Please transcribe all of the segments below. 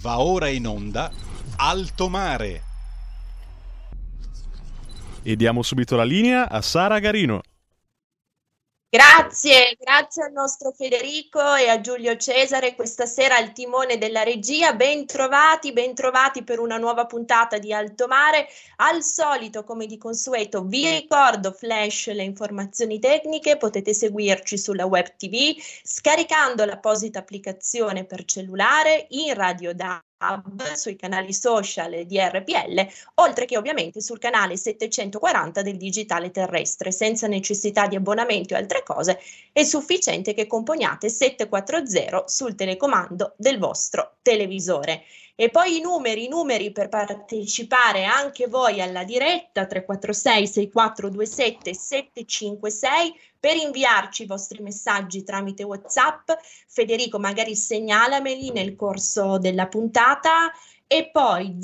Va ora in onda Alto Mare. E diamo subito la linea a Sara Garino. Grazie al nostro Federico e a Giulio Cesare questa sera al timone della regia. Ben trovati per una nuova puntata di Alto Mare. Al solito, come di consueto, vi ricordo flash le informazioni tecniche, potete seguirci sulla web TV scaricando l'apposita applicazione per cellulare in Radio DAB, sui canali social di RPL, oltre che ovviamente sul canale 740 del digitale terrestre. Senza necessità di abbonamenti o altre cose, è sufficiente che componiate 740 sul telecomando del vostro televisore. E poi i numeri per partecipare anche voi alla diretta: 346 6427 756, per inviarci i vostri messaggi tramite WhatsApp. Federico magari segnalameli nel corso della puntata. E poi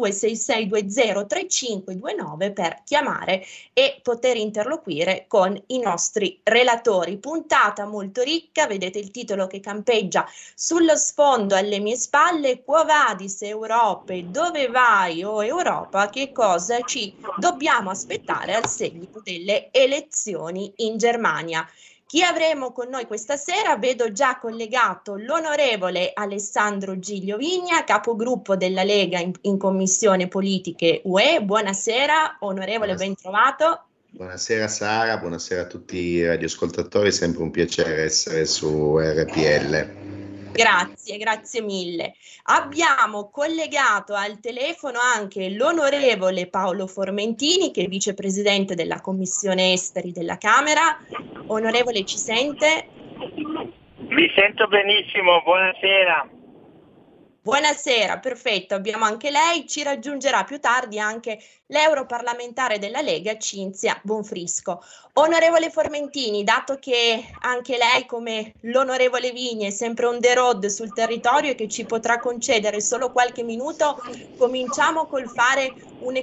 0266203529 per chiamare e poter interloquire con i nostri relatori. Puntata molto ricca, vedete il titolo che campeggia sullo sfondo alle mie spalle: Quo vadis Europe, dove vai o Europa? Che cosa ci dobbiamo aspettare al seguito delle elezioni in Germania? Chi avremo con noi questa sera? Vedo già collegato l'onorevole Alessandro Giglio Vigna, capogruppo della Lega in Commissione Politiche UE. Buonasera, onorevole, ben trovato. Buonasera Sara, buonasera a tutti i radioascoltatori, è sempre un piacere essere su RPL. Grazie mille. Abbiamo collegato al telefono anche l'onorevole Paolo Formentini, che è vicepresidente della Commissione Esteri della Camera. Onorevole, ci sente? Vi sento benissimo, buonasera. Buonasera, perfetto, abbiamo anche lei. Ci raggiungerà più tardi anche l'europarlamentare della Lega, Cinzia Bonfrisco. Onorevole Formentini, dato che anche lei, come l'onorevole Vigni, è sempre on the road sul territorio e che ci potrà concedere solo qualche minuto, cominciamo col fare un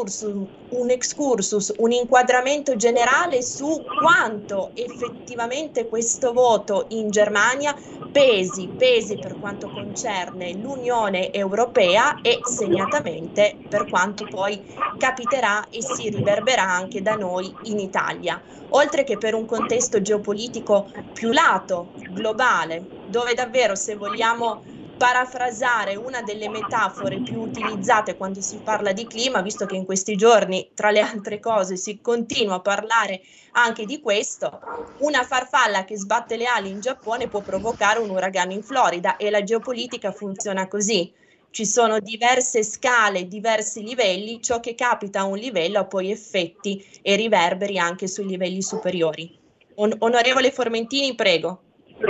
excursus, un inquadramento generale su quanto effettivamente questo voto in Germania pesi per quanto concerne l'Unione Europea e segnatamente per quanto poi capiterà e si riverberà anche da noi in Italia, oltre che per un contesto geopolitico più lato, globale, dove davvero, se vogliamo parafrasare una delle metafore più utilizzate quando si parla di clima, visto che in questi giorni, tra le altre cose, si continua a parlare anche di questo, una farfalla che sbatte le ali in Giappone può provocare un uragano in Florida, e la geopolitica funziona così. Ci sono diverse scale, diversi livelli, ciò che capita a un livello ha poi effetti e riverberi anche sui livelli superiori. Onorevole Formentini, prego.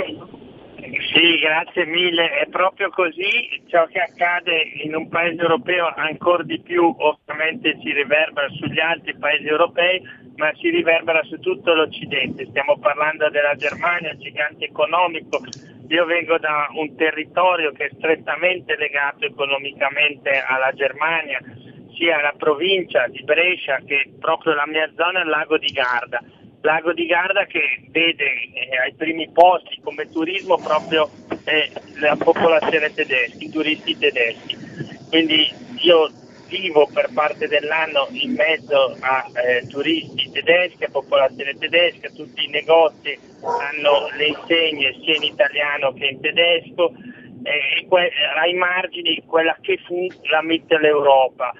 Sì, grazie mille. È proprio così. Ciò che accade in un paese europeo ancora di più ovviamente si riverbera sugli altri paesi europei, ma si riverbera su tutto l'Occidente. Stiamo parlando della Germania, gigante economico. Io vengo da un territorio che è strettamente legato economicamente alla Germania, sia la provincia di Brescia che proprio la mia zona, il lago di Garda. Lago di Garda che vede ai primi posti come turismo proprio la popolazione tedesca, i turisti tedeschi. Quindi io vivo per parte dell'anno in mezzo a turisti tedeschi, a popolazione tedesca, tutti i negozi hanno le insegne sia in italiano che in tedesco, ai margini quella che fu la Mitteleuropa.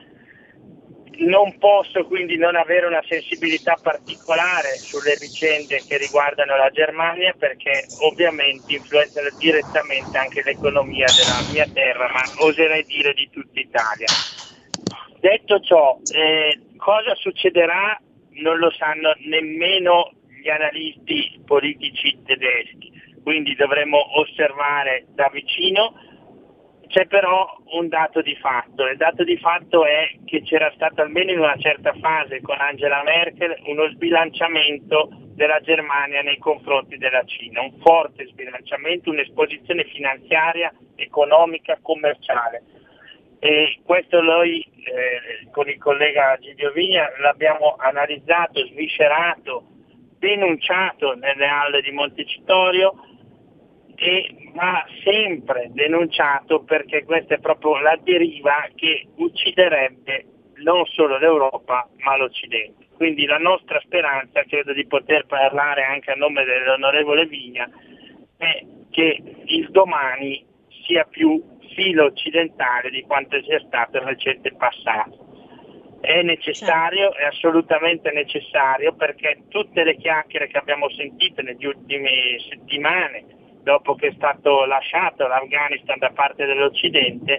Non posso quindi non avere una sensibilità particolare sulle vicende che riguardano la Germania, perché ovviamente influenzano direttamente anche l'economia della mia terra, ma oserei dire di tutta Italia. Detto ciò, cosa succederà non lo sanno nemmeno gli analisti politici tedeschi, quindi dovremo osservare da vicino. C'è però un dato di fatto. Il dato di fatto è che c'era stato almeno in una certa fase con Angela Merkel uno sbilanciamento della Germania nei confronti della Cina, un forte sbilanciamento, un'esposizione finanziaria, economica, commerciale. E questo noi con il collega Giglio Vigna l'abbiamo analizzato, sviscerato, denunciato nelle aule di Montecitorio, e va sempre denunciato, perché questa è proprio la deriva che ucciderebbe non solo l'Europa ma l'Occidente. Quindi la nostra speranza, credo di poter parlare anche a nome dell'onorevole Vigna, è che il domani sia più filo occidentale di quanto sia stato nel recente passato. È necessario, è assolutamente necessario, perché tutte le chiacchiere che abbiamo sentito negli ultime settimane, dopo che è stato lasciato l'Afghanistan da parte dell'Occidente,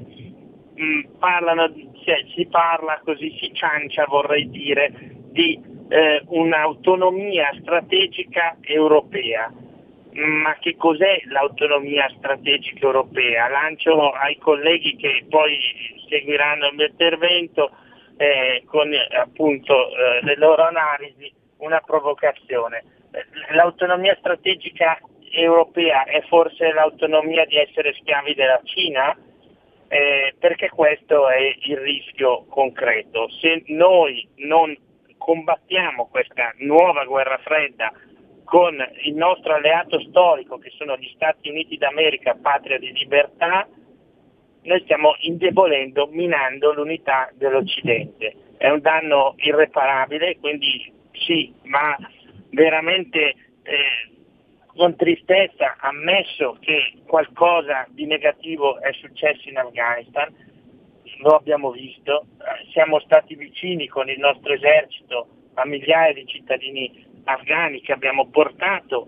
si parla così, si ciancia, vorrei dire, di un'autonomia strategica europea. Ma che cos'è l'autonomia strategica europea? Lancio ai colleghi che poi seguiranno il mio intervento con appunto le loro analisi una provocazione. L'autonomia strategica europea è forse l'autonomia di essere schiavi della Cina? Perché questo è il rischio concreto. Se noi non combattiamo questa nuova guerra fredda con il nostro alleato storico, che sono gli Stati Uniti d'America, patria di libertà, noi stiamo indebolendo, minando l'unità dell'Occidente. È un danno irreparabile, quindi sì, ma veramente con tristezza, ammesso che qualcosa di negativo è successo in Afghanistan, lo abbiamo visto, siamo stati vicini con il nostro esercito a migliaia di cittadini afghani che abbiamo portato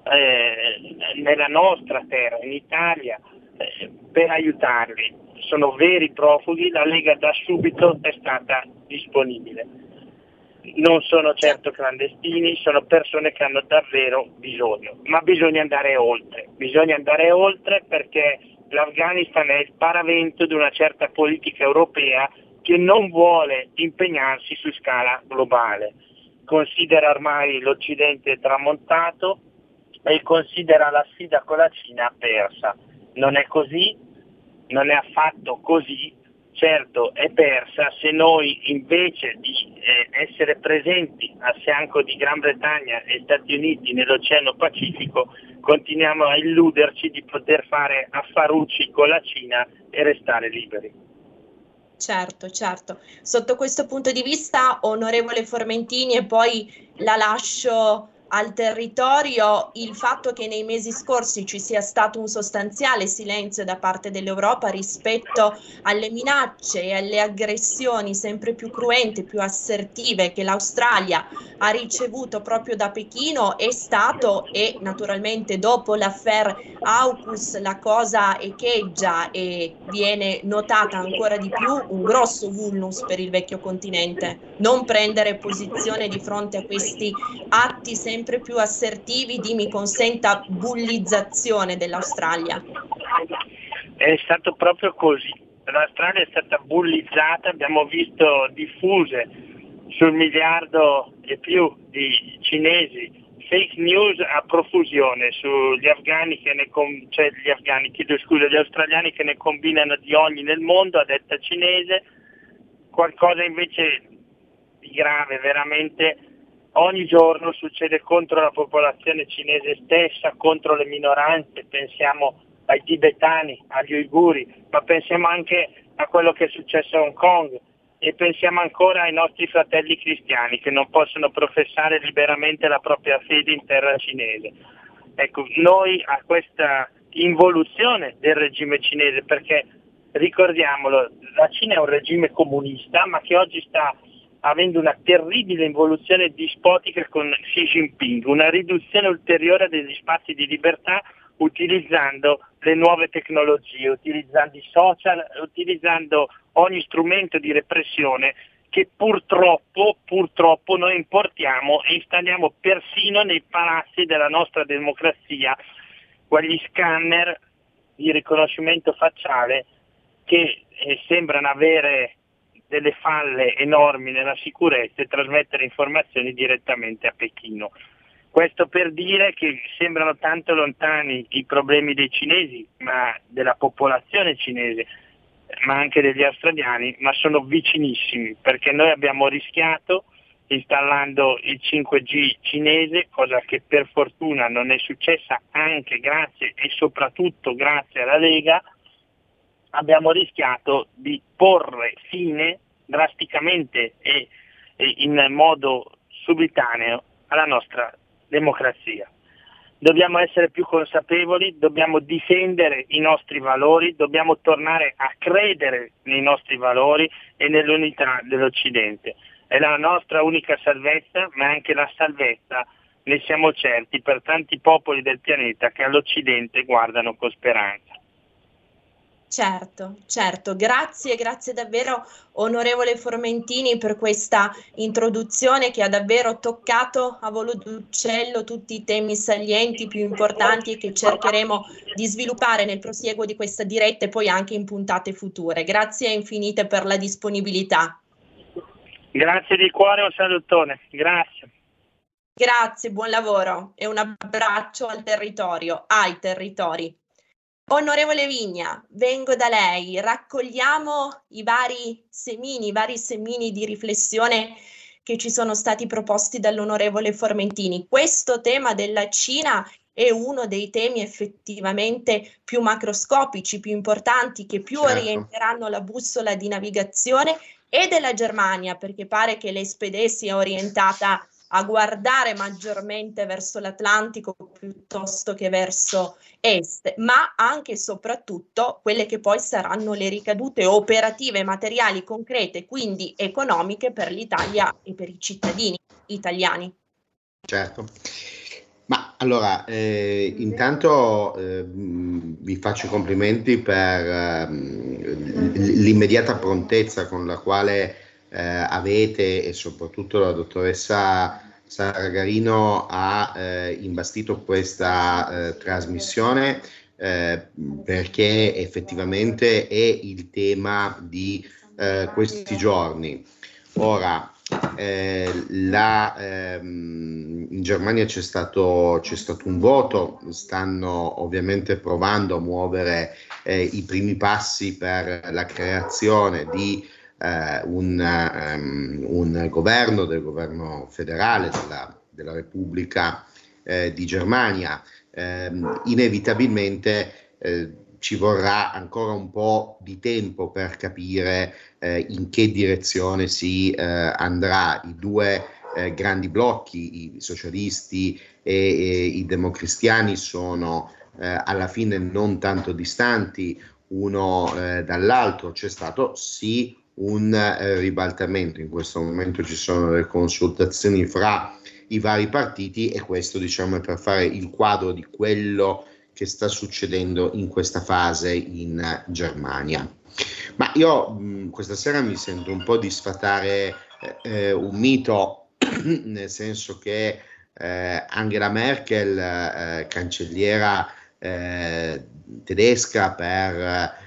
nella nostra terra, in Italia, per aiutarli. Sono veri profughi, la Lega da subito è stata disponibile. Non sono certo clandestini, sono persone che hanno davvero bisogno, ma bisogna andare oltre perché l'Afghanistan è il paravento di una certa politica europea che non vuole impegnarsi su scala globale. Considera ormai l'Occidente tramontato e considera la sfida con la Cina persa. Non è così, non è affatto così, certo è persa se noi invece di essere presenti a fianco di Gran Bretagna e Stati Uniti nell'Oceano Pacifico continuiamo a illuderci di poter fare affarucci con la Cina e restare liberi. Certo, certo. Sotto questo punto di vista, onorevole Formentini, e poi la lascio al territorio, il fatto che nei mesi scorsi ci sia stato un sostanziale silenzio da parte dell'Europa rispetto alle minacce e alle aggressioni sempre più cruente, più assertive che l'Australia ha ricevuto proprio da Pechino è stato, e naturalmente dopo l'affaire AUKUS la cosa echeggia e viene notata ancora di più, un grosso vulnus per il vecchio continente. Non prendere posizione di fronte a questi atti sempre più assertivi di, mi consenta, bullizzazione dell'Australia. È stato proprio così. L'Australia è stata bullizzata, abbiamo visto diffuse sul 1 miliardo e più di cinesi fake news a profusione sugli afghani gli australiani che ne combinano di ogni nel mondo a detta cinese. Qualcosa invece di grave, veramente ogni giorno succede contro la popolazione cinese stessa, contro le minoranze, pensiamo ai tibetani, agli uiguri, ma pensiamo anche a quello che è successo a Hong Kong e pensiamo ancora ai nostri fratelli cristiani che non possono professare liberamente la propria fede in terra cinese. Ecco, noi a questa involuzione del regime cinese, perché ricordiamolo, la Cina è un regime comunista, ma che oggi sta avendo una terribile involuzione dispotica con Xi Jinping, una riduzione ulteriore degli spazi di libertà utilizzando le nuove tecnologie, utilizzando i social, utilizzando ogni strumento di repressione che purtroppo noi importiamo e installiamo persino nei palazzi della nostra democrazia, quegli scanner di riconoscimento facciale che sembrano avere delle falle enormi nella sicurezza e trasmettere informazioni direttamente a Pechino. Questo per dire che sembrano tanto lontani i problemi dei cinesi, ma della popolazione cinese, ma anche degli australiani, ma sono vicinissimi, perché noi abbiamo rischiato installando il 5G cinese, cosa che per fortuna non è successa anche grazie e soprattutto grazie alla Lega, abbiamo rischiato di porre fine drasticamente e in modo subitaneo alla nostra democrazia. Dobbiamo essere più consapevoli, dobbiamo difendere i nostri valori, dobbiamo tornare a credere nei nostri valori e nell'unità dell'Occidente. È la nostra unica salvezza, ma anche la salvezza, ne siamo certi, per tanti popoli del pianeta che all'Occidente guardano con speranza. Certo, grazie davvero onorevole Formentini per questa introduzione che ha davvero toccato a volo d'uccello tutti i temi salienti più importanti e che cercheremo di sviluppare nel prosieguo di questa diretta e poi anche in puntate future. Grazie infinite per la disponibilità. Grazie di cuore, un salutone, grazie. Grazie, buon lavoro e un abbraccio al territorio, ai territori. Onorevole Vigna, vengo da lei, raccogliamo i vari semini di riflessione che ci sono stati proposti dall'onorevole Formentini. Questo tema della Cina è uno dei temi effettivamente più macroscopici, più importanti, che più orienteranno la bussola di navigazione e della Germania, perché pare che l'SPD sia orientata a guardare maggiormente verso l'Atlantico piuttosto che verso est, ma anche e soprattutto quelle che poi saranno le ricadute operative, materiali, concrete, quindi economiche per l'Italia e per i cittadini italiani. Certo. Ma allora, intanto vi faccio i complimenti per l'immediata prontezza con la quale avete, e soprattutto la dottoressa Sara Garino ha imbastito questa trasmissione, perché effettivamente è il tema di questi giorni. Ora, in Germania c'è stato un voto, stanno ovviamente provando a muovere i primi passi per la creazione di un governo, del governo federale della Repubblica di Germania. Inevitabilmente ci vorrà ancora un po' di tempo per capire in che direzione si andrà. I due grandi blocchi, i socialisti e i democristiani, sono alla fine non tanto distanti uno dall'altro. C'è stato sì un ribaltamento, in questo momento ci sono le consultazioni fra i vari partiti, e questo, diciamo, è per fare il quadro di quello che sta succedendo in questa fase in Germania. Ma io questa sera mi sento un po' di sfatare un mito, nel senso che Angela Merkel, cancelliera tedesca per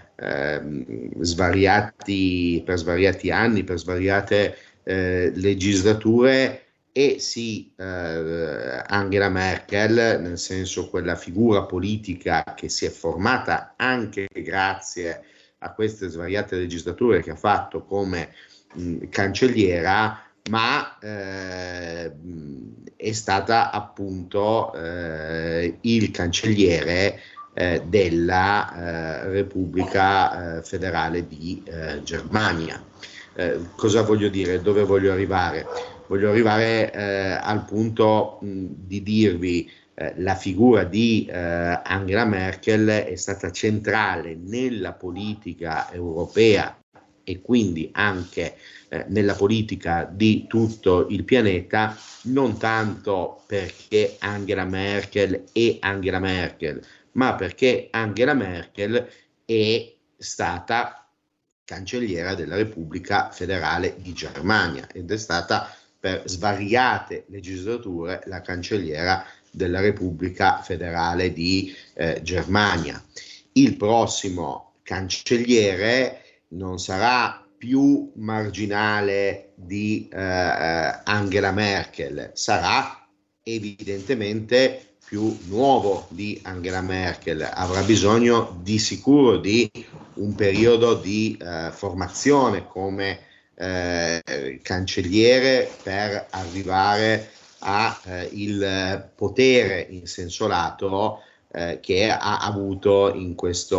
svariati anni, per svariate legislature, e sì, Angela Merkel, nel senso quella figura politica che si è formata anche grazie a queste svariate legislature che ha fatto come cancelliera, ma è stata appunto il cancelliere della Repubblica Federale di Germania. Cosa voglio dire? Dove voglio arrivare? Voglio arrivare al punto di dirvi la figura di Angela Merkel è stata centrale nella politica europea e quindi anche nella politica di tutto il pianeta, non tanto perché Angela Merkel è Angela Merkel, ma perché Angela Merkel è stata cancelliera della Repubblica Federale di Germania ed è stata per svariate legislature la cancelliera della Repubblica Federale di Germania. Il prossimo cancelliere non sarà più marginale di Angela Merkel, sarà evidentemente più nuovo di Angela Merkel, avrà bisogno di sicuro di un periodo di formazione, come cancelliere per arrivare a il potere in senso lato che ha avuto in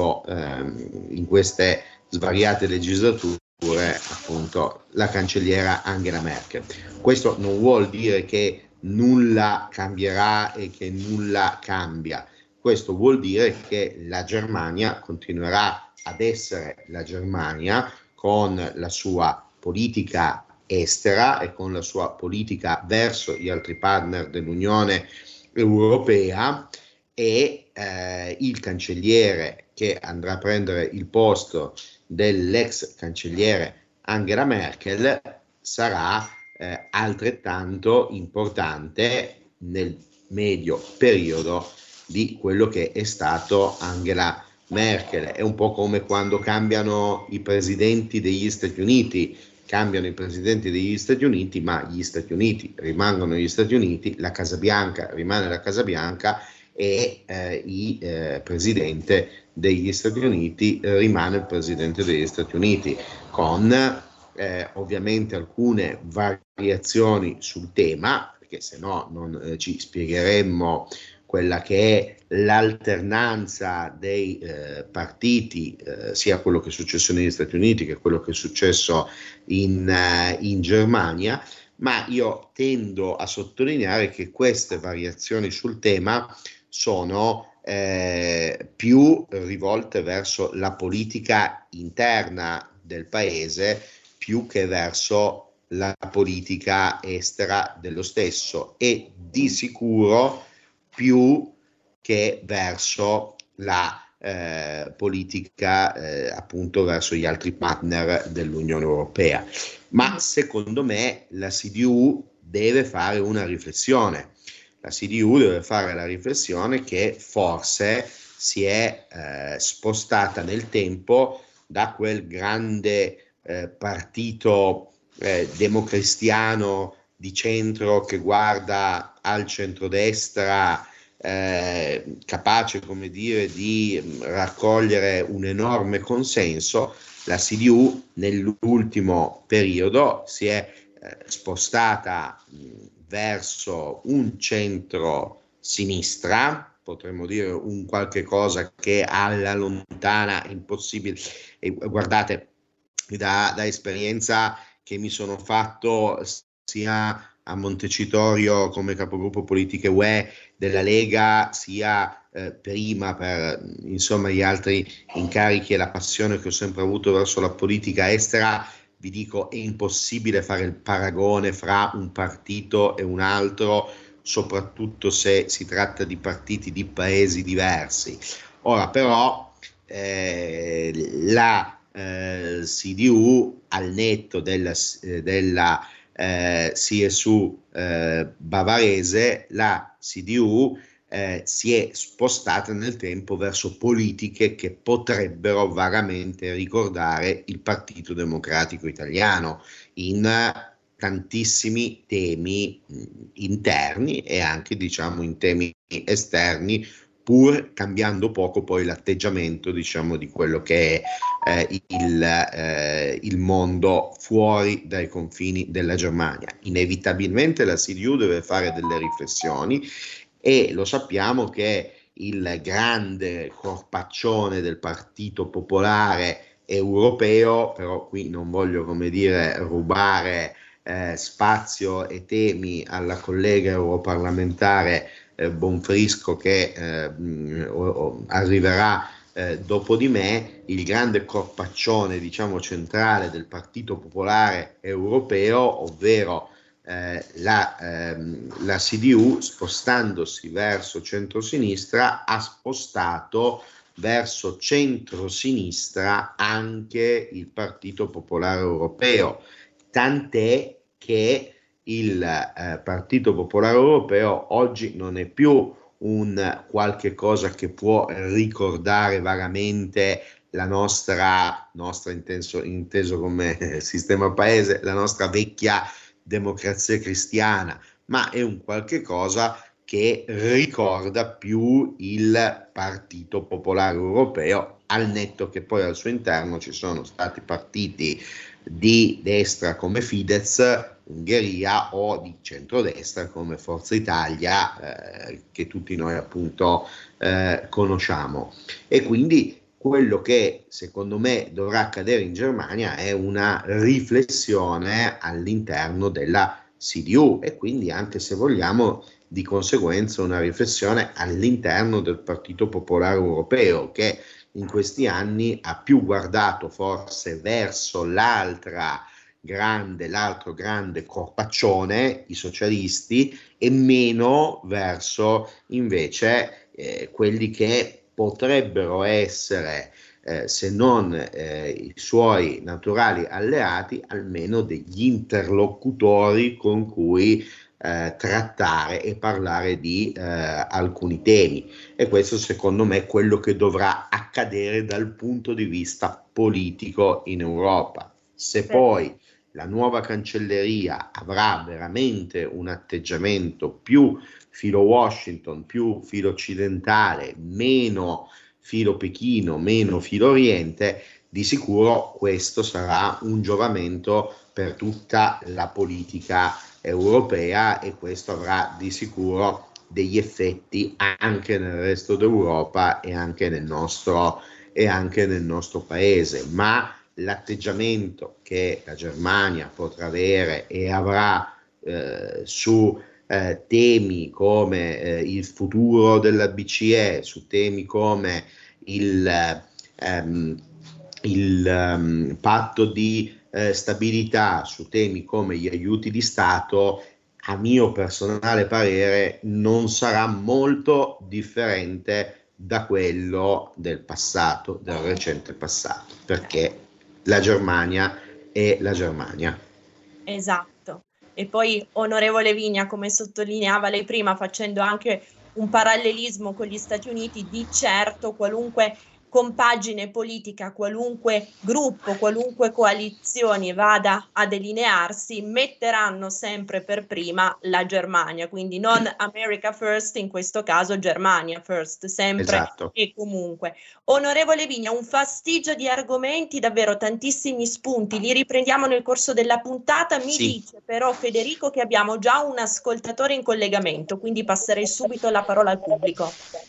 queste svariate legislature appunto la cancelliera Angela Merkel. Questo non vuol dire che nulla cambierà e che nulla cambia. Questo vuol dire che la Germania continuerà ad essere la Germania con la sua politica estera e con la sua politica verso gli altri partner dell'Unione Europea, e il cancelliere che andrà a prendere il posto dell'ex cancelliere Angela Merkel sarà altrettanto importante nel medio periodo di quello che è stato Angela Merkel. È un po' come quando cambiano i presidenti degli Stati Uniti. Cambiano i presidenti degli Stati Uniti, ma gli Stati Uniti rimangono gli Stati Uniti, la Casa Bianca rimane la Casa Bianca e il presidente degli Stati Uniti rimane il presidente degli Stati Uniti, con ovviamente alcune variazioni sul tema, perché se no non ci spiegheremmo quella che è l'alternanza dei partiti, sia quello che è successo negli Stati Uniti che quello che è successo in Germania, ma io tendo a sottolineare che queste variazioni sul tema sono più rivolte verso la politica interna del paese più che verso la politica estera dello stesso, e di sicuro più che verso la politica appunto verso gli altri partner dell'Unione Europea. Ma secondo me la CDU deve fare una riflessione. La CDU deve fare la riflessione che forse si è spostata nel tempo da quel grande partito democristiano di centro che guarda al centrodestra, capace, come dire, di raccogliere un enorme consenso. La CDU nell'ultimo periodo si è spostata verso un centro-sinistra, potremmo dire un qualche cosa che alla lontana è impossibile. E guardate, da esperienza che mi sono fatto sia a Montecitorio come capogruppo politiche UE della Lega, sia prima per insomma gli altri incarichi e la passione che ho sempre avuto verso la politica estera, vi dico, è impossibile fare il paragone fra un partito e un altro, soprattutto se si tratta di partiti di paesi diversi. Ora però la CDU, al netto della CSU bavarese, la CDU si è spostata nel tempo verso politiche che potrebbero vagamente ricordare il Partito Democratico Italiano in tantissimi temi interni e anche, diciamo, in temi esterni, pur cambiando poco poi l'atteggiamento, diciamo, di quello che è il mondo fuori dai confini della Germania. Inevitabilmente la CDU deve fare delle riflessioni, e lo sappiamo che il grande corpaccione del Partito Popolare Europeo, però qui non voglio, come dire, rubare spazio e temi alla collega europarlamentare Bonfrisco che arriverà dopo di me. Il grande corpaccione, diciamo, centrale del Partito Popolare Europeo, ovvero la CDU, spostandosi verso centrosinistra, ha spostato verso centrosinistra anche il Partito Popolare Europeo, tant'è che il Partito Popolare Europeo oggi non è più un qualche cosa che può ricordare vagamente la nostra inteso come sistema paese, la nostra vecchia democrazia cristiana, ma è un qualche cosa che ricorda più il Partito Popolare Europeo, al netto che poi al suo interno ci sono stati partiti di destra come Fidesz, Ungheria, o di centrodestra come Forza Italia, che tutti noi appunto conosciamo. E quindi quello che secondo me dovrà accadere in Germania è una riflessione all'interno della CDU e quindi, anche se vogliamo, di conseguenza una riflessione all'interno del Partito Popolare Europeo, che in questi anni ha più guardato forse verso l'altro grande corpaccione, i socialisti, e meno verso invece quelli che potrebbero essere, se non i suoi naturali alleati, almeno degli interlocutori con cui trattare e parlare di alcuni temi. E questo secondo me è quello che dovrà accadere dal punto di vista politico in Europa. Se poi la nuova cancelleria avrà veramente un atteggiamento più filo Washington, più filo occidentale, meno filo Pechino, meno filo Oriente, di sicuro questo sarà un giovamento per tutta la politica europea, e questo avrà di sicuro degli effetti anche nel resto d'Europa e anche nel nostro paese. Ma l'atteggiamento che la Germania potrà avere e avrà su temi come il futuro della BCE, su temi come il patto di stabilità, su temi come gli aiuti di Stato, a mio personale parere non sarà molto differente da quello del passato, del recente passato, perché la Germania è la Germania. Esatto. E poi, onorevole Vigna, come sottolineava lei prima, facendo anche un parallelismo con gli Stati Uniti, di certo qualunque compagine politica, qualunque gruppo, qualunque coalizione vada a delinearsi, metteranno sempre per prima la Germania, quindi non America First, in questo caso Germania First, sempre. Esatto. E comunque. Onorevole Vigna, un fastigio di argomenti, davvero tantissimi spunti, li riprendiamo nel corso della puntata. Mi dice però Federico che abbiamo già un ascoltatore in collegamento, quindi passerei subito la parola al pubblico.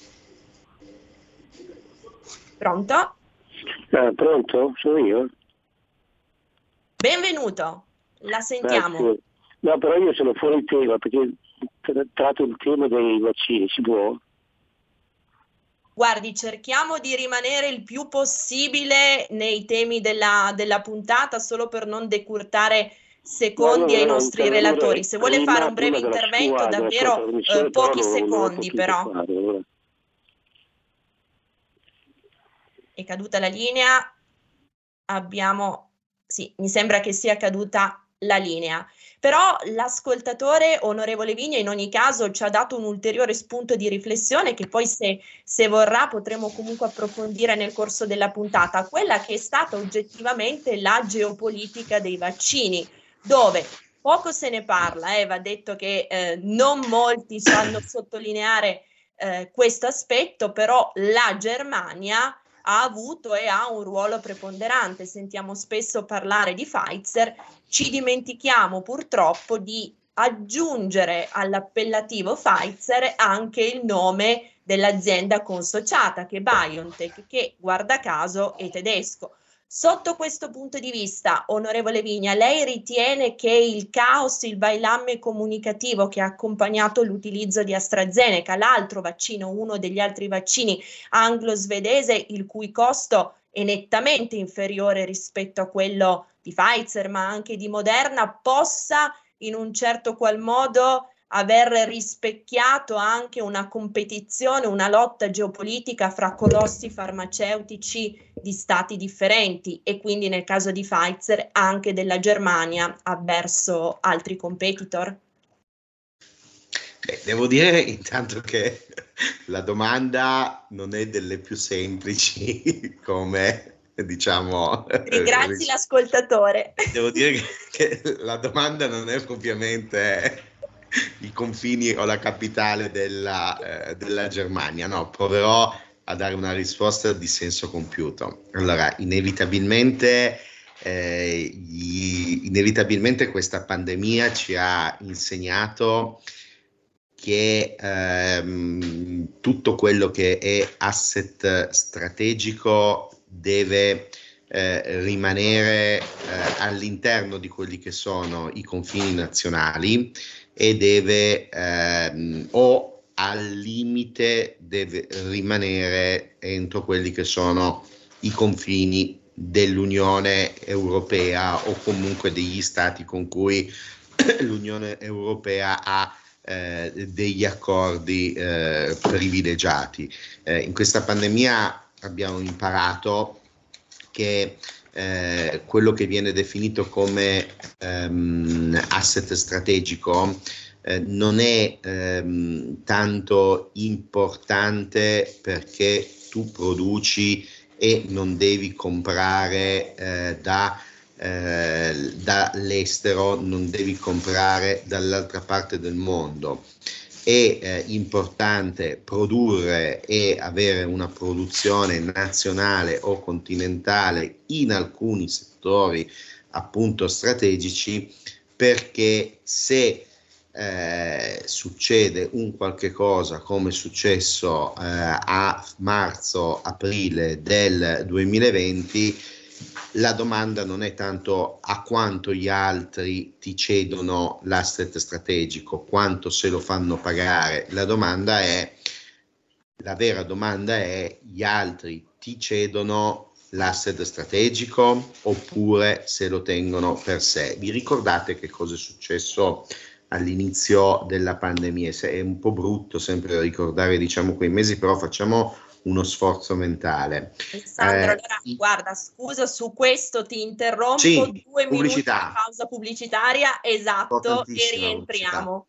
Pronto? Pronto? Sono io? Benvenuto, la sentiamo. Grazie. No, però io sono fuori tema, perché tratto il tema dei vaccini, si può? Guardi, cerchiamo di rimanere il più possibile nei temi della puntata, solo per non decurtare secondi ai nostri relatori. Se vuole fare un breve intervento, davvero pochi secondi però. È caduta la linea, sì, mi sembra che sia caduta la linea, però l'ascoltatore, onorevole Vigna, in ogni caso ci ha dato un ulteriore spunto di riflessione che poi se vorrà potremo comunque approfondire nel corso della puntata, quella che è stata oggettivamente la geopolitica dei vaccini, dove poco se ne parla, va detto che non molti sanno sottolineare questo aspetto, però la Germania ha avuto e ha un ruolo preponderante. Sentiamo spesso parlare di Pfizer, ci dimentichiamo purtroppo di aggiungere all'appellativo Pfizer anche il nome dell'azienda consociata, che è BioNTech, che guarda caso è tedesco. Sotto questo punto di vista, onorevole Vigna, lei ritiene che il caos, il bailamme comunicativo che ha accompagnato l'utilizzo di AstraZeneca, l'altro vaccino, uno degli altri vaccini anglo-svedese, il cui costo è nettamente inferiore rispetto a quello di Pfizer, ma anche di Moderna, possa in un certo qual modo aver rispecchiato anche una competizione, una lotta geopolitica fra colossi farmaceutici di stati differenti, e quindi nel caso di Pfizer anche della Germania avverso altri competitor? Devo dire intanto che la domanda non è delle più semplici, come diciamo. Ringrazi l'ascoltatore. Devo dire che la domanda non è propriamente i confini o la capitale della Germania. No, proverò a dare una risposta di senso compiuto. Allora, inevitabilmente questa pandemia ci ha insegnato che tutto quello che è asset strategico deve rimanere all'interno di quelli che sono i confini nazionali e deve o al limite deve rimanere entro quelli che sono i confini dell'Unione Europea o comunque degli stati con cui l'Unione Europea ha degli accordi privilegiati. In questa pandemia abbiamo imparato che quello che viene definito come asset strategico non è tanto importante perché tu produci e non devi comprare dall'estero, non devi comprare dall'altra parte del mondo. È importante produrre e avere una produzione nazionale o continentale in alcuni settori appunto strategici, perché se succede un qualche cosa come è successo a marzo-aprile del 2020, la domanda non è tanto a quanto gli altri ti cedono l'asset strategico, quanto se lo fanno pagare. La vera domanda è: gli altri ti cedono l'asset strategico oppure se lo tengono per sé? Vi ricordate che cosa è successo all'inizio della pandemia? È un po' brutto sempre ricordare, diciamo, quei mesi, però facciamo uno sforzo mentale. Alessandro, allora guarda, scusa, su questo ti interrompo, sì, 2 minuti di pubblicità. pausa pubblicitaria, esatto, e rientriamo.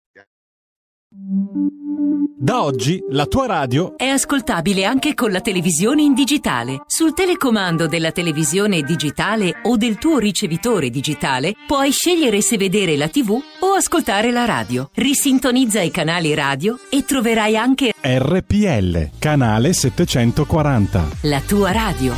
Da oggi la tua radio è ascoltabile anche con la televisione in digitale. Sul telecomando della televisione digitale o del tuo ricevitore digitale puoi scegliere se vedere la TV o ascoltare la radio. Risintonizza i canali radio e troverai anche RPL, canale 740. La tua radio.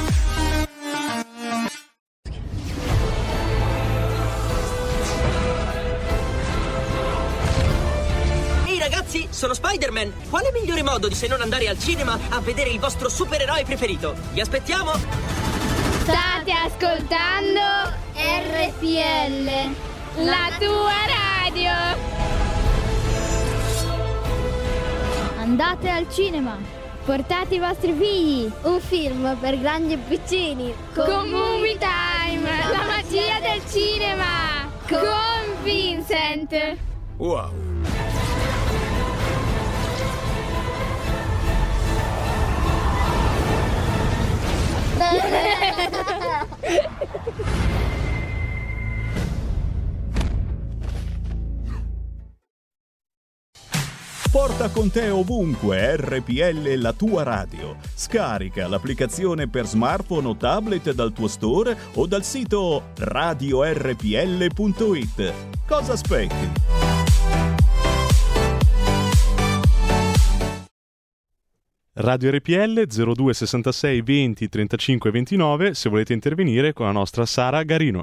Sono Spider-Man. Quale migliore modo di se non andare al cinema a vedere il vostro supereroe preferito? Vi aspettiamo! State ascoltando RPL, la tua radio. Andate al cinema. Portate i vostri figli. Un film per grandi e piccini. Con Movie Time, la magia del cinema. Con Vincent. Wow. Porta con te ovunque RPL, la tua radio. Scarica l'applicazione per smartphone o tablet dal tuo store o dal sito radiorpl.it. Cosa aspetti? Radio RPL 02 66 20 35 29 se volete intervenire con la nostra Sara Garino.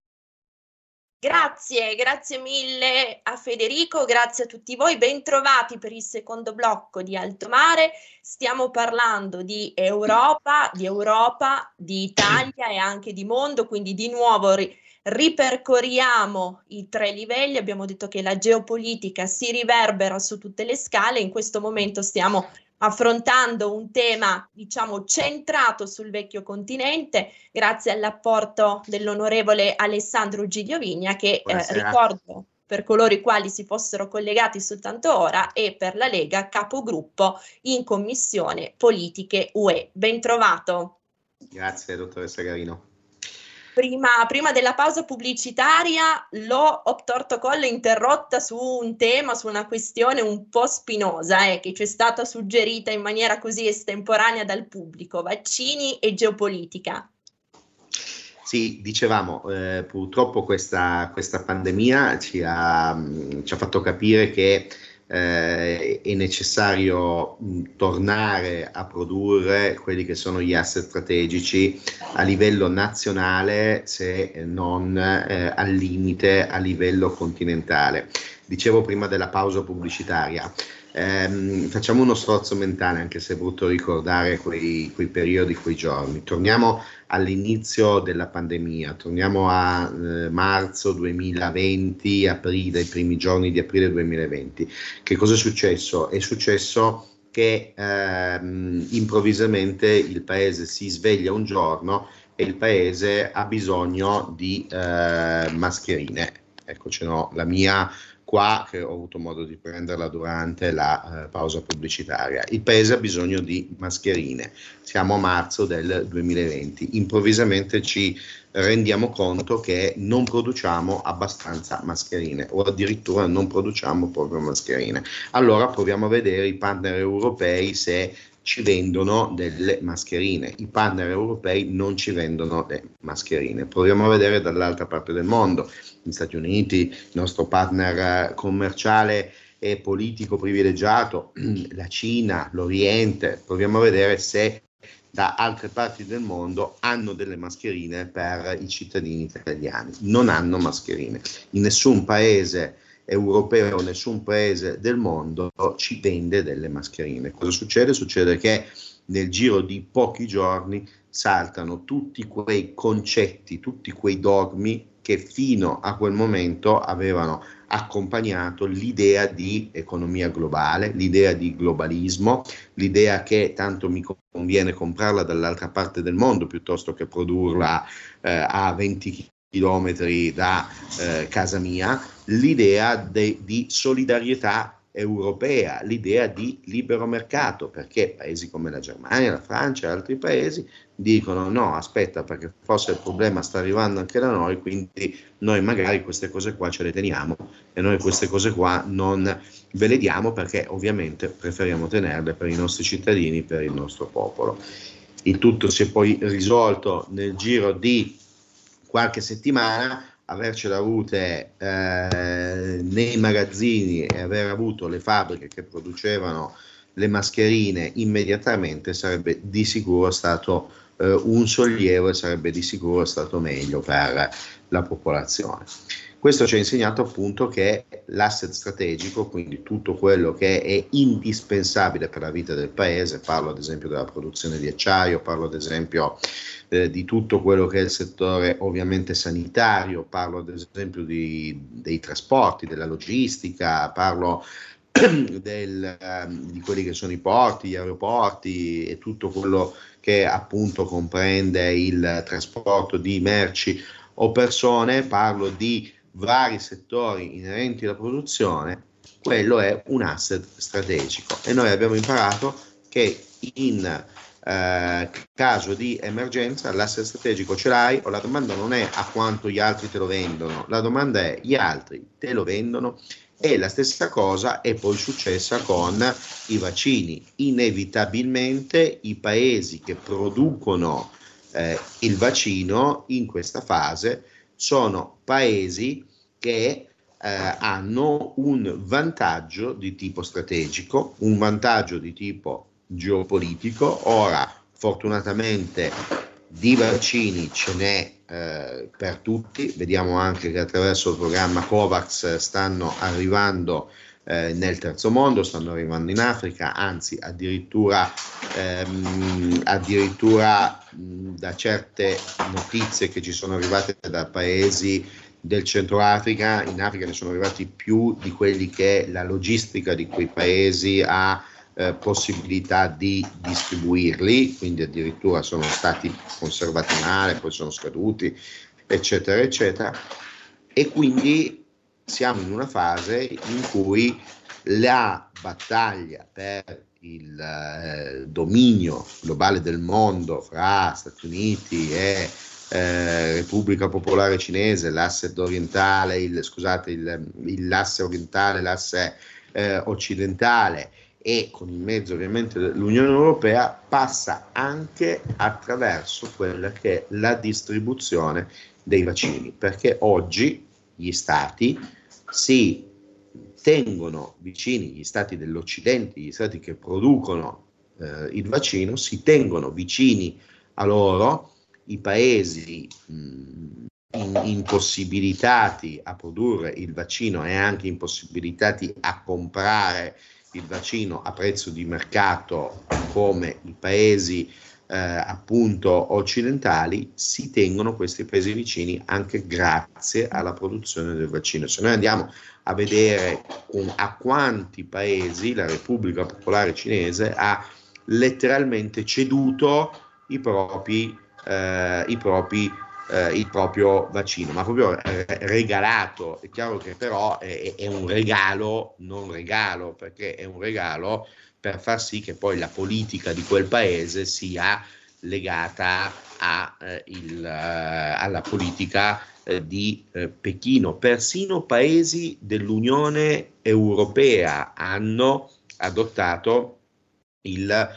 Grazie mille a Federico, grazie a tutti voi, bentrovati per il secondo blocco di Alto Mare. Stiamo parlando di Europa, di Italia e anche di mondo, quindi di nuovo ripercorriamo i 3 livelli. Abbiamo detto che la geopolitica si riverbera su tutte le scale. In questo momento stiamo affrontando un tema, diciamo, centrato sul vecchio continente, grazie all'apporto dell'onorevole Alessandro Gigliovigna, che ricordo per coloro i quali si fossero collegati soltanto ora, e per la Lega capogruppo in Commissione Politiche UE. Ben trovato. Grazie, dottoressa Garino. Prima della pausa pubblicitaria l'ho obtorto collo interrotta su un tema, su una questione un po' spinosa che ci è stata suggerita in maniera così estemporanea dal pubblico: vaccini e geopolitica. Sì, dicevamo, purtroppo questa pandemia ci ha fatto capire che è necessario tornare a produrre quelli che sono gli asset strategici a livello nazionale, se non al limite a livello continentale. Dicevo prima della pausa pubblicitaria. Facciamo uno sforzo mentale, anche se è brutto ricordare quei periodi, quei giorni. Torniamo all'inizio della pandemia, torniamo a marzo 2020, aprile, i primi giorni di aprile 2020. Che cosa è successo? È successo che improvvisamente il paese si sveglia un giorno e il paese ha bisogno di mascherine. Ecco, ce n'ho la mia qua, che ho avuto modo di prenderla durante la pausa pubblicitaria. Il paese ha bisogno di mascherine. Siamo a marzo del 2020. Improvvisamente ci rendiamo conto che non produciamo abbastanza mascherine, o addirittura non produciamo proprio mascherine. Allora proviamo a vedere i partner europei se ci vendono delle mascherine. I partner europei non ci vendono le mascherine. Proviamo a vedere dall'altra parte del mondo, gli Stati Uniti, il nostro partner commerciale e politico privilegiato, la Cina, l'Oriente. Proviamo a vedere se da altre parti del mondo hanno delle mascherine per i cittadini italiani. Non hanno mascherine. In nessun paese europeo, nessun paese del mondo ci vende delle mascherine. Cosa succede? Succede che nel giro di pochi giorni saltano tutti quei concetti, tutti quei dogmi che fino a quel momento avevano accompagnato l'idea di economia globale, l'idea di globalismo, l'idea che tanto mi conviene comprarla dall'altra parte del mondo piuttosto che produrla a 20 chilometri da casa mia, l'idea di solidarietà europea, l'idea di libero mercato, perché paesi come la Germania, la Francia e altri paesi dicono no, aspetta, perché forse il problema sta arrivando anche da noi, quindi noi magari queste cose qua ce le teniamo e noi queste cose qua non ve le diamo, perché ovviamente preferiamo tenerle per i nostri cittadini, per il nostro popolo. Il tutto si è poi risolto nel giro di qualche settimana. Avercele avute nei magazzini e aver avuto le fabbriche che producevano le mascherine immediatamente sarebbe di sicuro stato un sollievo e sarebbe di sicuro stato meglio per la popolazione. Questo ci ha insegnato appunto che l'asset strategico, quindi tutto quello che è indispensabile per la vita del paese, parlo ad esempio della produzione di acciaio, parlo ad esempio di tutto quello che è il settore ovviamente sanitario, parlo ad esempio dei trasporti, della logistica, parlo di quelli che sono i porti, gli aeroporti e tutto quello che appunto comprende il trasporto di merci o persone, parlo di vari settori inerenti alla produzione. Quello è un asset strategico e noi abbiamo imparato che in caso di emergenza l'asset strategico ce l'hai, o la domanda non è a quanto gli altri te lo vendono, la domanda è gli altri te lo vendono. E la stessa cosa è poi successa con i vaccini. Inevitabilmente i paesi che producono il vaccino in questa fase sono paesi che hanno un vantaggio di tipo strategico, un vantaggio di tipo geopolitico. Ora, fortunatamente di vaccini ce n'è per tutti, vediamo anche che attraverso il programma COVAX stanno arrivando nel terzo mondo, stanno arrivando in Africa, anzi addirittura da certe notizie che ci sono arrivate da paesi del centro Africa, in Africa ne sono arrivati più di quelli che la logistica di quei paesi ha possibilità di distribuirli, quindi addirittura sono stati conservati male, poi sono scaduti, eccetera, eccetera. E quindi siamo in una fase in cui la battaglia per il dominio globale del mondo fra Stati Uniti e Repubblica Popolare Cinese, l'asse orientale, l'asse occidentale e con il mezzo ovviamente dell'Unione Europea, passa anche attraverso quella che è la distribuzione dei vaccini, perché oggi gli stati si tengono vicini, gli stati dell'Occidente, gli stati che producono il vaccino, si tengono vicini a loro i paesi impossibilitati a produrre il vaccino e anche impossibilitati a comprare il vaccino a prezzo di mercato, come i paesi appunto occidentali, si tengono questi paesi vicini anche grazie alla produzione del vaccino. Se noi andiamo a vedere a quanti paesi la Repubblica Popolare Cinese ha letteralmente ceduto il proprio vaccino, ma proprio regalato. È chiaro che però è un regalo, non regalo, perché è un regalo per far sì che poi la politica di quel paese sia legata alla politica di Pechino. Persino paesi dell'Unione Europea hanno adottato il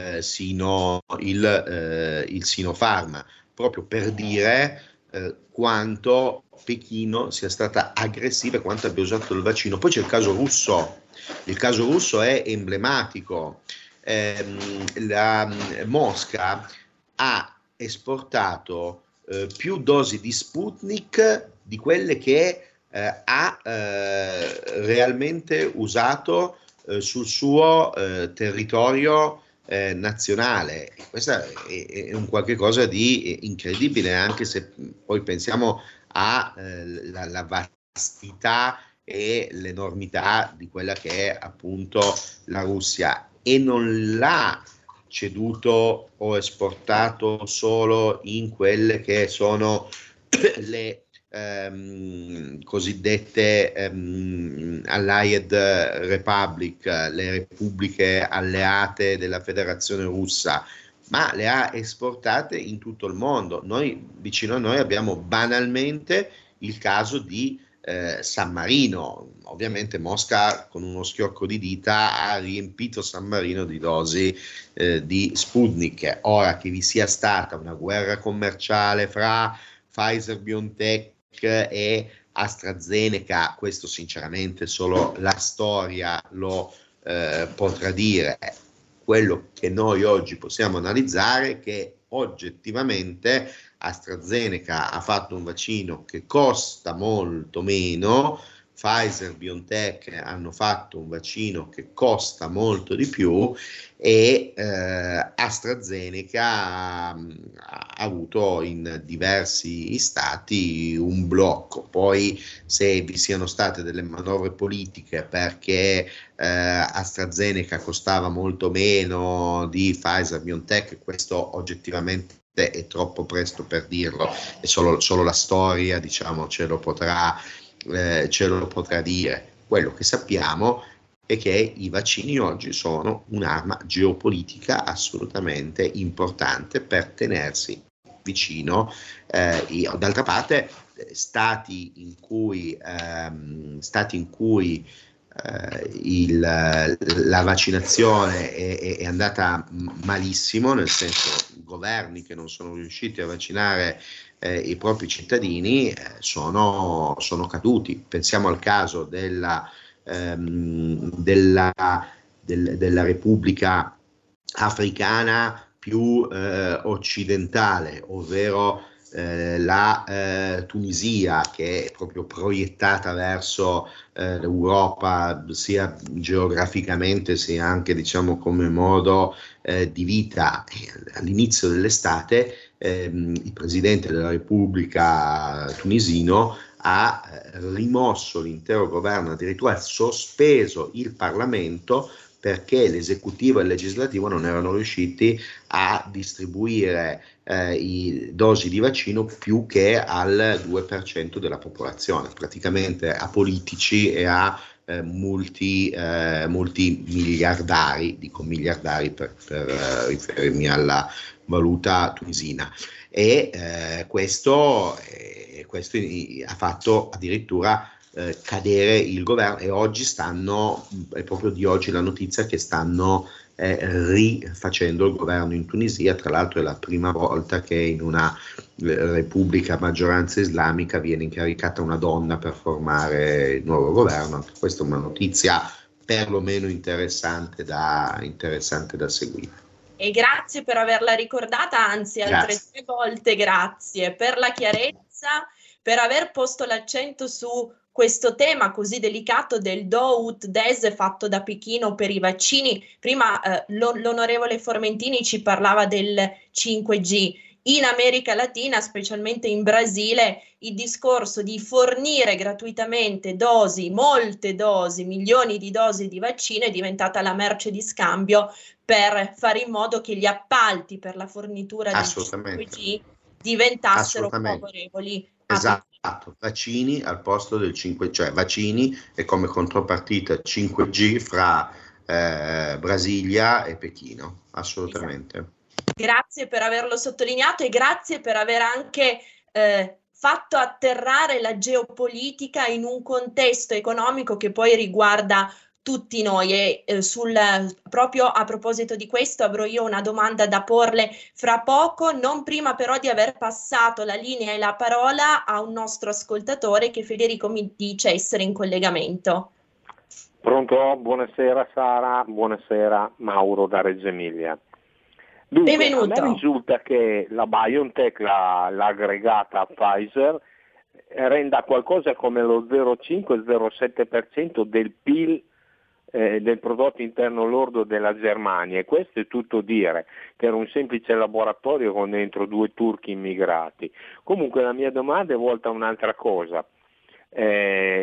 Sinopharm, proprio per dire quanto Pechino sia stata aggressiva e quanto abbia usato il vaccino. Poi c'è il caso russo. Il caso russo è emblematico. La Mosca ha esportato più dosi di Sputnik di quelle che ha realmente usato sul suo territorio nazionale. E questa è un qualche cosa di incredibile, anche se poi pensiamo alla vastità e l'enormità di quella che è appunto la Russia, e non l'ha ceduto o esportato solo in quelle che sono le cosiddette Allied Republic, le repubbliche alleate della Federazione Russa, ma le ha esportate in tutto il mondo. Noi, vicino a noi, abbiamo banalmente il caso di San Marino. Ovviamente Mosca con uno schiocco di dita ha riempito San Marino di dosi di Sputnik. Ora che vi sia stata una guerra commerciale fra Pfizer, BioNTech e AstraZeneca, questo sinceramente solo la storia lo potrà dire. Quello che noi oggi possiamo analizzare è che oggettivamente AstraZeneca ha fatto un vaccino che costa molto meno, Pfizer, BioNTech hanno fatto un vaccino che costa molto di più, e AstraZeneca ha avuto in diversi stati un blocco. Poi se vi siano state delle manovre politiche perché AstraZeneca costava molto meno di Pfizer, BioNTech, questo oggettivamente è troppo presto per dirlo, è solo la storia, diciamo, ce lo potrà dire. Quello che sappiamo è che i vaccini oggi sono un'arma geopolitica assolutamente importante per tenersi vicino. D'altra parte, stati in cui la vaccinazione è andata malissimo, nel senso governi che non sono riusciti a vaccinare i propri cittadini sono caduti. Pensiamo al caso della Repubblica Africana più occidentale, ovvero la Tunisia, che è proprio proiettata verso l'Europa sia geograficamente sia anche, diciamo, come modo di vita. All'inizio dell'estate il presidente della Repubblica tunisino ha rimosso l'intero governo, addirittura ha sospeso il Parlamento, perché l'esecutivo e il legislativo non erano riusciti a distribuire i dosi di vaccino più che al 2% della popolazione, praticamente a politici e a multimiliardari, dico miliardari per riferirmi alla valuta tunisina, e questo ha fatto addirittura cadere il governo, e oggi è proprio di oggi la notizia che stanno rifacendo il governo in Tunisia. Tra l'altro è la prima volta che in una repubblica a maggioranza islamica viene incaricata una donna per formare il nuovo governo. Questa è una notizia perlomeno interessante da seguire. E grazie per averla ricordata, anzi altre 3 volte grazie per la chiarezza, per aver posto l'accento su questo tema così delicato del Do Ut Des fatto da Pechino per i vaccini. Prima l'onorevole Formentini ci parlava del 5G. In America Latina, specialmente in Brasile, il discorso di fornire gratuitamente dosi, molte dosi, milioni di dosi di vaccino è diventata la merce di scambio per fare in modo che gli appalti per la fornitura di 5G diventassero favorevoli. Esatto, vaccini al posto del 5G, cioè vaccini e come contropartita 5G fra Brasilia e Pechino, assolutamente. Esatto. Grazie per averlo sottolineato e grazie per aver anche fatto atterrare la geopolitica in un contesto economico che poi riguarda tutti noi. E proprio a proposito di questo avrò io una domanda da porle fra poco, non prima però di aver passato la linea e la parola a un nostro ascoltatore che Federico mi dice essere in collegamento. Pronto? Buonasera Sara, buonasera Mauro da Reggio Emilia. Dunque, benvenuto. A me risulta che la BioNTech, l'aggregata Pfizer, renda qualcosa come lo 0,5-0,7% del PIL del prodotto interno lordo della Germania, e questo è tutto dire, che era un semplice laboratorio con dentro 2 turchi immigrati. Comunque la mia domanda è volta a un'altra cosa. La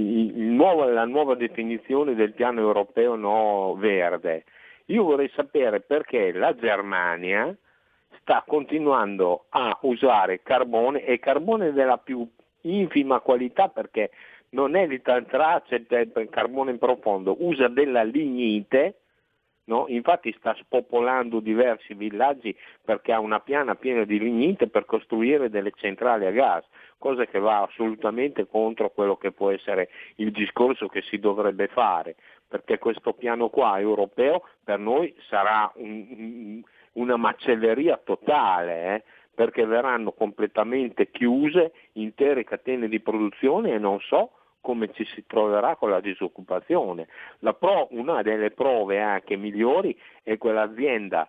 nuova definizione del piano europeo no verde. Io vorrei sapere perché la Germania sta continuando a usare carbone, e carbone della più infima qualità, perché non è di tracce del carbone in profondo, usa della lignite, no? Infatti sta spopolando diversi villaggi perché ha una piana piena di lignite per costruire delle centrali a gas, cosa che va assolutamente contro quello che può essere il discorso che si dovrebbe fare, perché questo piano qua europeo per noi sarà una macelleria totale, perché verranno completamente chiuse intere catene di produzione e non so come ci si troverà con la disoccupazione. Una delle prove anche migliori è quell'azienda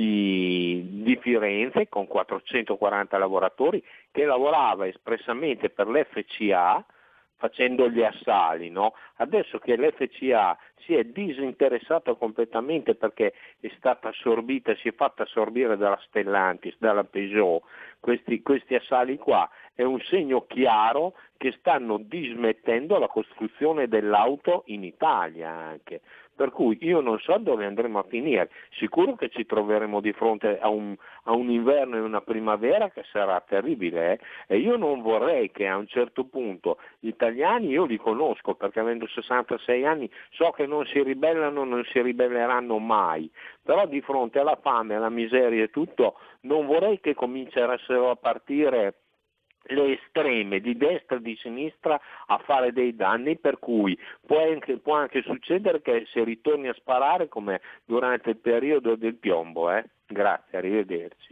di Firenze con 440 lavoratori che lavorava espressamente per l'FCA facendo gli assali, no? Adesso che l'FCA si è disinteressata completamente perché è stata assorbita, si è fatta assorbire dalla Stellantis, dalla Peugeot, questi assali qua è un segno chiaro che stanno dismettendo la costruzione dell'auto in Italia anche. Per cui io non so dove andremo a finire, sicuro che ci troveremo di fronte a un inverno e una primavera che sarà terribile, e io non vorrei che a un certo punto gli italiani, io li conosco perché avendo 66 anni so che non si ribellano, non si ribelleranno mai, però di fronte alla fame, alla miseria e tutto, non vorrei che cominciassero a partire le estreme di destra e di sinistra a fare dei danni, per cui può anche succedere che si ritorni a sparare come durante il periodo del piombo. Grazie, arrivederci.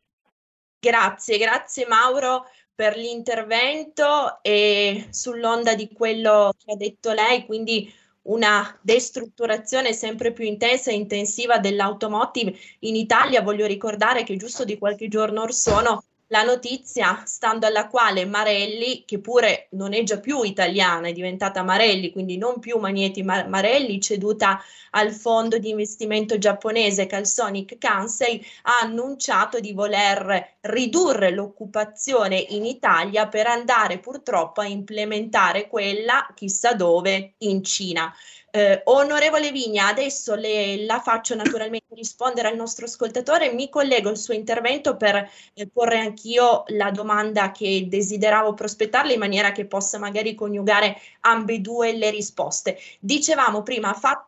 Grazie Mauro per l'intervento e sull'onda di quello che ha detto lei, quindi una destrutturazione sempre più intensa e intensiva dell'automotive in Italia. Voglio ricordare che giusto di qualche giorno or sono la notizia stando alla quale Marelli, che pure non è già più italiana, è diventata Marelli, quindi non più Magneti Marelli, ceduta al fondo di investimento giapponese Calsonic Kansei, ha annunciato di voler ridurre l'occupazione in Italia per andare purtroppo a implementare quella chissà dove in Cina. Onorevole Vigna, adesso la faccio naturalmente rispondere al nostro ascoltatore, mi collego al suo intervento per porre anch'io la domanda che desideravo prospettarle in maniera che possa magari coniugare ambedue le risposte. Dicevamo prima, ha fatto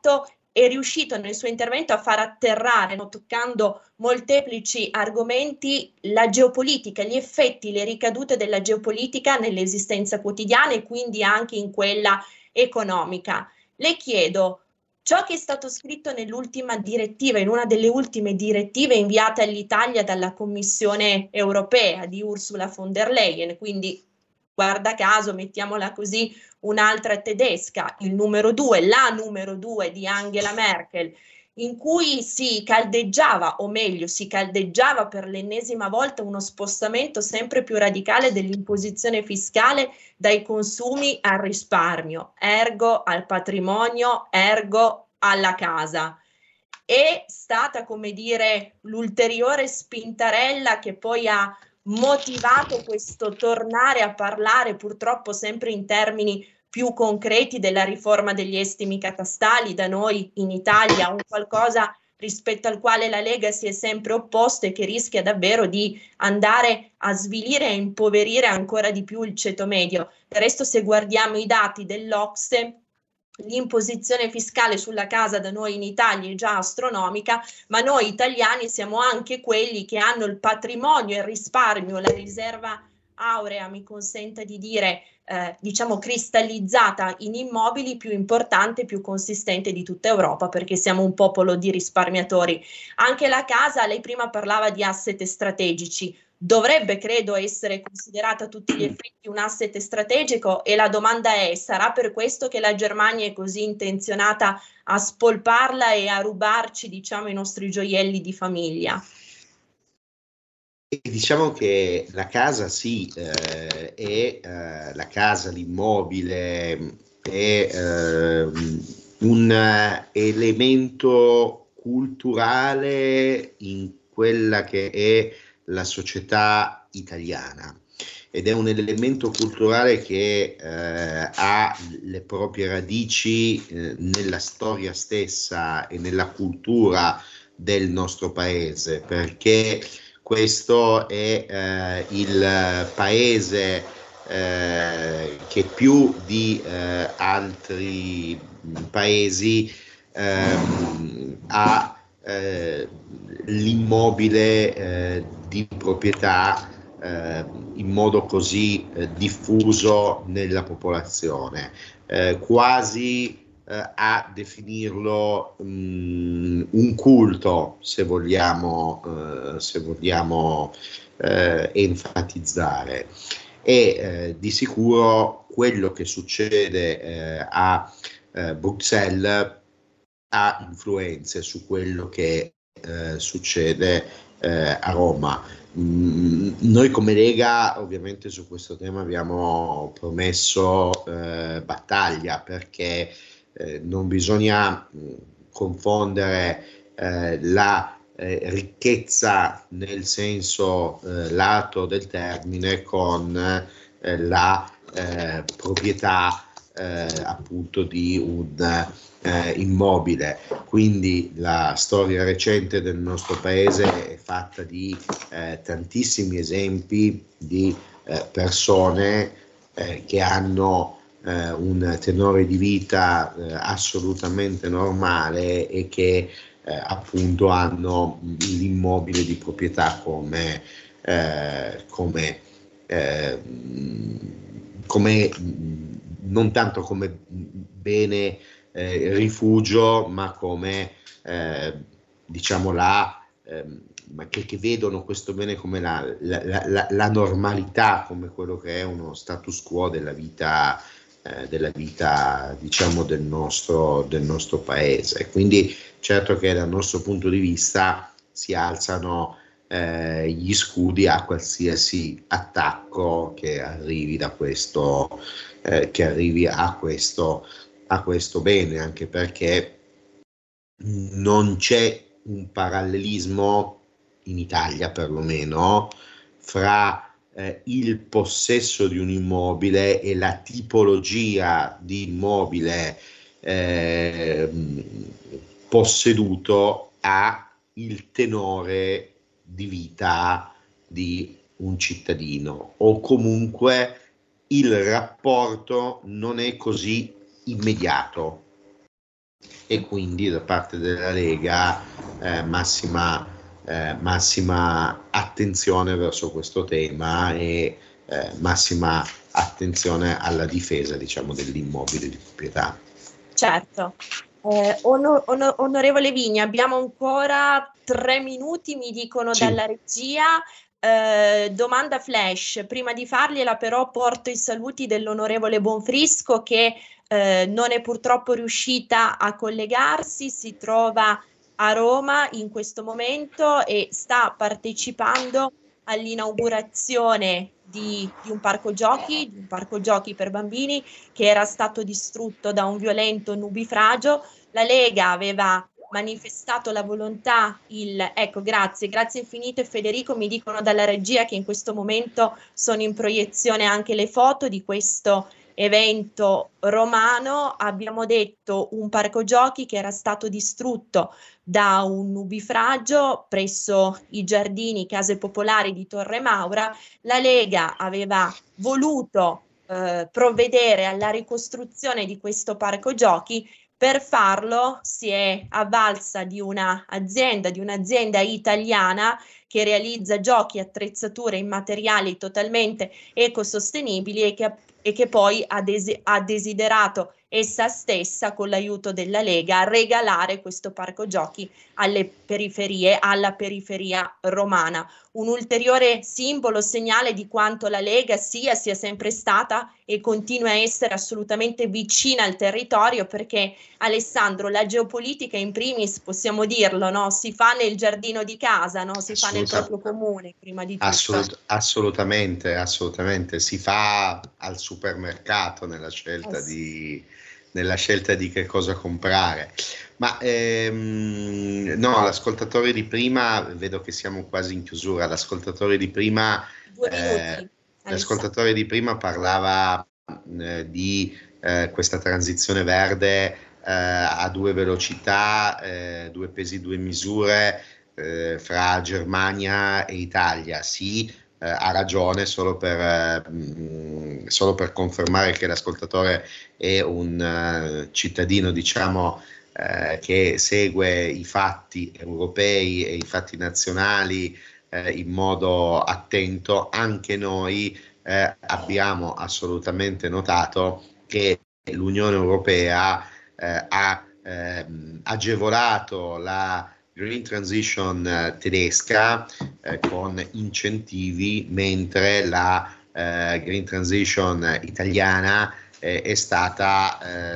è riuscito nel suo intervento a far atterrare, toccando molteplici argomenti, la geopolitica, gli effetti, le ricadute della geopolitica nell'esistenza quotidiana e quindi anche in quella economica. Le chiedo, ciò che è stato scritto nell'ultima direttiva, in una delle ultime direttive inviate all'Italia dalla Commissione europea di Ursula von der Leyen, quindi guarda caso, mettiamola così, un'altra tedesca, la numero 2 di Angela Merkel, in cui si caldeggiava, o meglio, si caldeggiava per l'ennesima volta uno spostamento sempre più radicale dell'imposizione fiscale dai consumi al risparmio, ergo al patrimonio, ergo alla casa. È stata, come dire, l'ulteriore spintarella che poi ha motivato questo tornare a parlare, purtroppo sempre in termini più concreti, della riforma degli estimi catastali da noi in Italia, un qualcosa rispetto al quale la Lega si è sempre opposta e che rischia davvero di andare a svilire e impoverire ancora di più il ceto medio. Del resto, se guardiamo i dati dell'OCSE, l'imposizione fiscale sulla casa da noi in Italia è già astronomica, ma noi italiani siamo anche quelli che hanno il patrimonio, il risparmio, la riserva aurea, mi consenta di dire, diciamo cristallizzata in immobili più importante e più consistente di tutta Europa, perché siamo un popolo di risparmiatori. Anche la casa, lei prima parlava di asset strategici, dovrebbe, credo, essere considerata a tutti gli effetti un asset strategico, e la domanda è: sarà per questo che la Germania è così intenzionata a spolparla e a rubarci, diciamo, i nostri gioielli di famiglia? E diciamo che la casa sì, la casa, l'immobile è un elemento culturale in quella che è la società italiana, ed è un elemento culturale che ha le proprie radici nella storia stessa e nella cultura del nostro paese, perché questo è il paese che più di altri paesi ha l'immobile di proprietà in modo così diffuso nella popolazione, quasi a definirlo un culto, se vogliamo enfatizzare. E di sicuro quello che succede a Bruxelles ha influenze su quello che succede a Roma. Noi come Lega ovviamente su questo tema abbiamo promesso battaglia, perché non bisogna confondere la ricchezza nel senso lato del termine con la proprietà appunto di un immobile. Quindi la storia recente del nostro paese è fatta di tantissimi esempi di persone che hanno un tenore di vita assolutamente normale e che appunto hanno l'immobile di proprietà come non tanto come bene rifugio, ma come diciamo che vedono questo bene come la normalità, come quello che è uno status quo della vita diciamo del nostro paese. Quindi certo che dal nostro punto di vista si alzano gli scudi a qualsiasi attacco che arrivi da questo a questo bene, anche perché non c'è un parallelismo in Italia perlomeno fra il possesso di un immobile e la tipologia di immobile posseduto a il tenore di vita di un cittadino, o comunque il rapporto non è così immediato. e quindi da parte della Lega massima attenzione verso questo tema e massima attenzione alla difesa, diciamo, dell'immobile di proprietà. Certo. Onorevole Vigni, abbiamo ancora 3 minuti, mi dicono Sì. dalla regia. Domanda flash, prima di fargliela però porto i saluti dell'onorevole Bonfrisco che non è purtroppo riuscita a collegarsi, si trova a Roma in questo momento e sta partecipando all'inaugurazione di un parco giochi per bambini che era stato distrutto da un violento nubifragio. La Lega aveva manifestato la volontà, ecco, grazie infinite Federico, mi dicono dalla regia che in questo momento sono in proiezione anche le foto di questo evento romano. Abbiamo detto un parco giochi che era stato distrutto da un nubifragio presso i giardini Case Popolari di Torre Maura. La Lega aveva voluto provvedere alla ricostruzione di questo parco giochi. Per farlo si è avvalsa di un'azienda italiana che realizza giochi e attrezzature in materiali totalmente ecosostenibili e che poi ha desiderato essa stessa, con l'aiuto della Lega, regalare questo parco giochi alla periferia romana. Un ulteriore simbolo, segnale di quanto la Lega sia sempre stata e continua a essere assolutamente vicina al territorio, perché Alessandro, la geopolitica in primis, possiamo dirlo, no? Si fa nel giardino di casa, no? Si fa nel proprio comune, prima di tutto. Assolutamente, si fa al supermercato nella scelta di che cosa comprare. Ma no, l'ascoltatore di prima, vedo che siamo quasi in chiusura, l'ascoltatore di prima parlava di questa transizione verde a 2 velocità, 2 pesi, 2 misure fra Germania e Italia. Sì, ha ragione, solo per confermare che l'ascoltatore è un cittadino, diciamo, che segue i fatti europei e i fatti nazionali in modo attento. Anche noi abbiamo assolutamente notato che l'Unione Europea ha agevolato la Green Transition tedesca con incentivi, mentre la Green Transition italiana è stata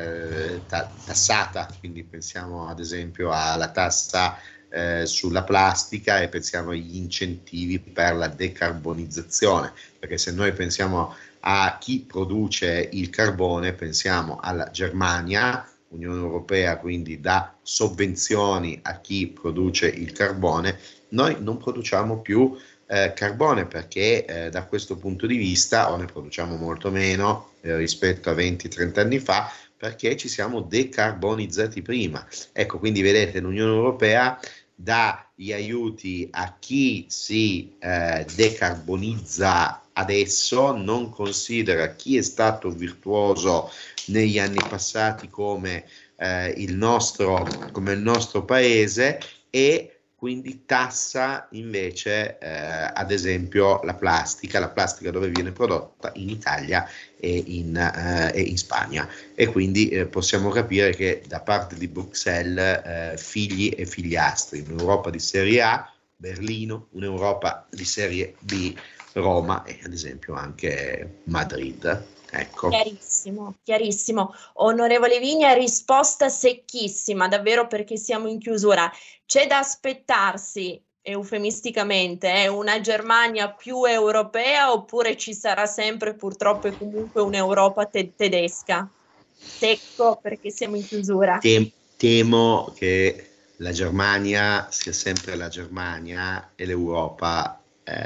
tassata. Quindi pensiamo ad esempio alla tassa sulla plastica e pensiamo agli incentivi per la decarbonizzazione, perché se noi pensiamo a chi produce il carbone pensiamo alla Germania. Unione Europea quindi dà sovvenzioni a chi produce il carbone. Noi non produciamo più carbone perché da questo punto di vista, o ne produciamo molto meno rispetto a 20-30 anni fa, perché ci siamo decarbonizzati prima. Ecco, quindi vedete, l'Unione Europea dà gli aiuti a chi si decarbonizza adesso, non considera chi è stato virtuoso negli anni passati come il nostro paese, e quindi tassa invece ad esempio la plastica dove viene prodotta in Italia e in Spagna, e quindi possiamo capire che da parte di Bruxelles figli e figliastri, un'Europa di serie A, Berlino, un'Europa di serie B, Roma e ad esempio anche Madrid. Ecco. Chiarissimo. Onorevole Vigna, risposta secchissima, davvero, perché siamo in chiusura. C'è da aspettarsi, eufemisticamente, una Germania più europea, oppure ci sarà sempre purtroppo e comunque un'Europa tedesca? Secco, perché siamo in chiusura. Temo che la Germania sia sempre la Germania e l'Europa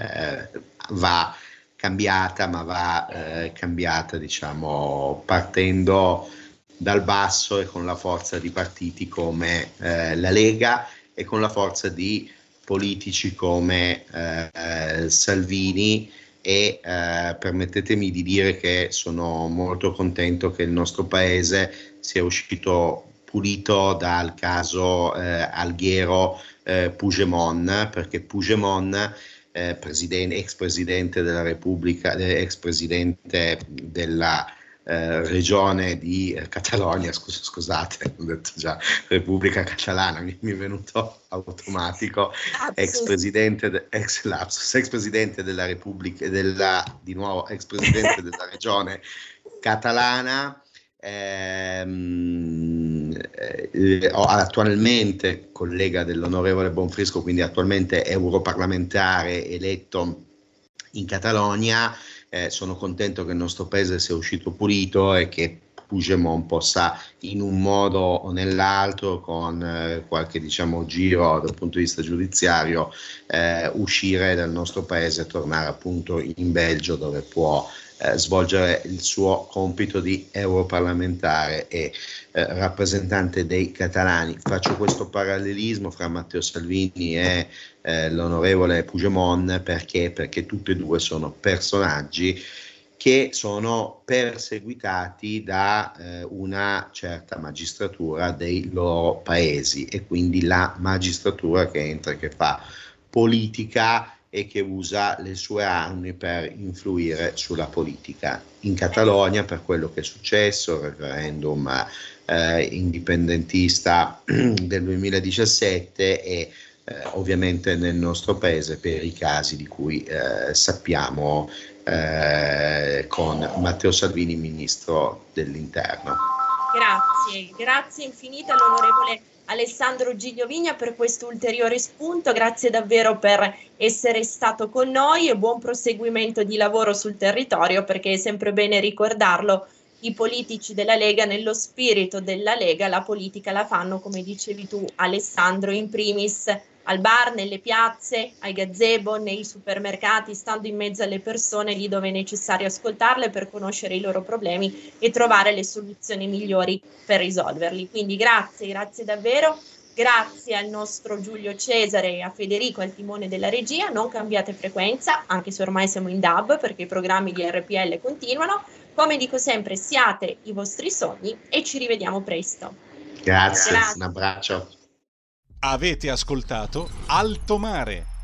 va cambiata, ma va cambiata, diciamo, partendo dal basso e con la forza di partiti come la Lega e con la forza di politici come Salvini, e permettetemi di dire che sono molto contento che il nostro paese sia uscito pulito dal caso Alghero Puigdemont, perché Puigdemont, ex presidente della Repubblica, ex presidente della regione di Catalogna, scusate, ho detto già Repubblica Catalana, mi è venuto automatico, ex presidente della Repubblica, di nuovo ex presidente della regione catalana, attualmente collega dell'onorevole Bonfrisco, quindi attualmente europarlamentare eletto in Catalogna. Sono contento che il nostro paese sia uscito pulito e che Puigdemont possa in un modo o nell'altro, con qualche giro dal punto di vista giudiziario, uscire dal nostro paese e tornare appunto in Belgio, dove può svolgere il suo compito di europarlamentare e rappresentante dei catalani. Faccio questo parallelismo fra Matteo Salvini e l'onorevole Puigdemont perché tutti e due sono personaggi che sono perseguitati da una certa magistratura dei loro paesi, e quindi la magistratura che entra e che fa politica e che usa le sue armi per influire sulla politica. In Catalogna, per quello che è successo, il referendum indipendentista del 2017, e ovviamente nel nostro paese per i casi di cui sappiamo con Matteo Salvini, ministro dell'Interno. Grazie infinite all'onorevole Alessandro Giglio Vigna per questo ulteriore spunto, grazie davvero per essere stato con noi e buon proseguimento di lavoro sul territorio, perché è sempre bene ricordarlo, i politici della Lega, nello spirito della Lega, la politica la fanno, come dicevi tu Alessandro, in primis al bar, nelle piazze, ai gazebo, nei supermercati, stando in mezzo alle persone lì dove è necessario ascoltarle per conoscere i loro problemi e trovare le soluzioni migliori per risolverli. Quindi grazie davvero, grazie al nostro Giulio Cesare e a Federico al timone della regia. Non cambiate frequenza, anche se ormai siamo in DAB, perché i programmi di RPL continuano. Come dico sempre, siate i vostri sogni e ci rivediamo presto. Grazie. Un abbraccio. Avete ascoltato Alto Mare.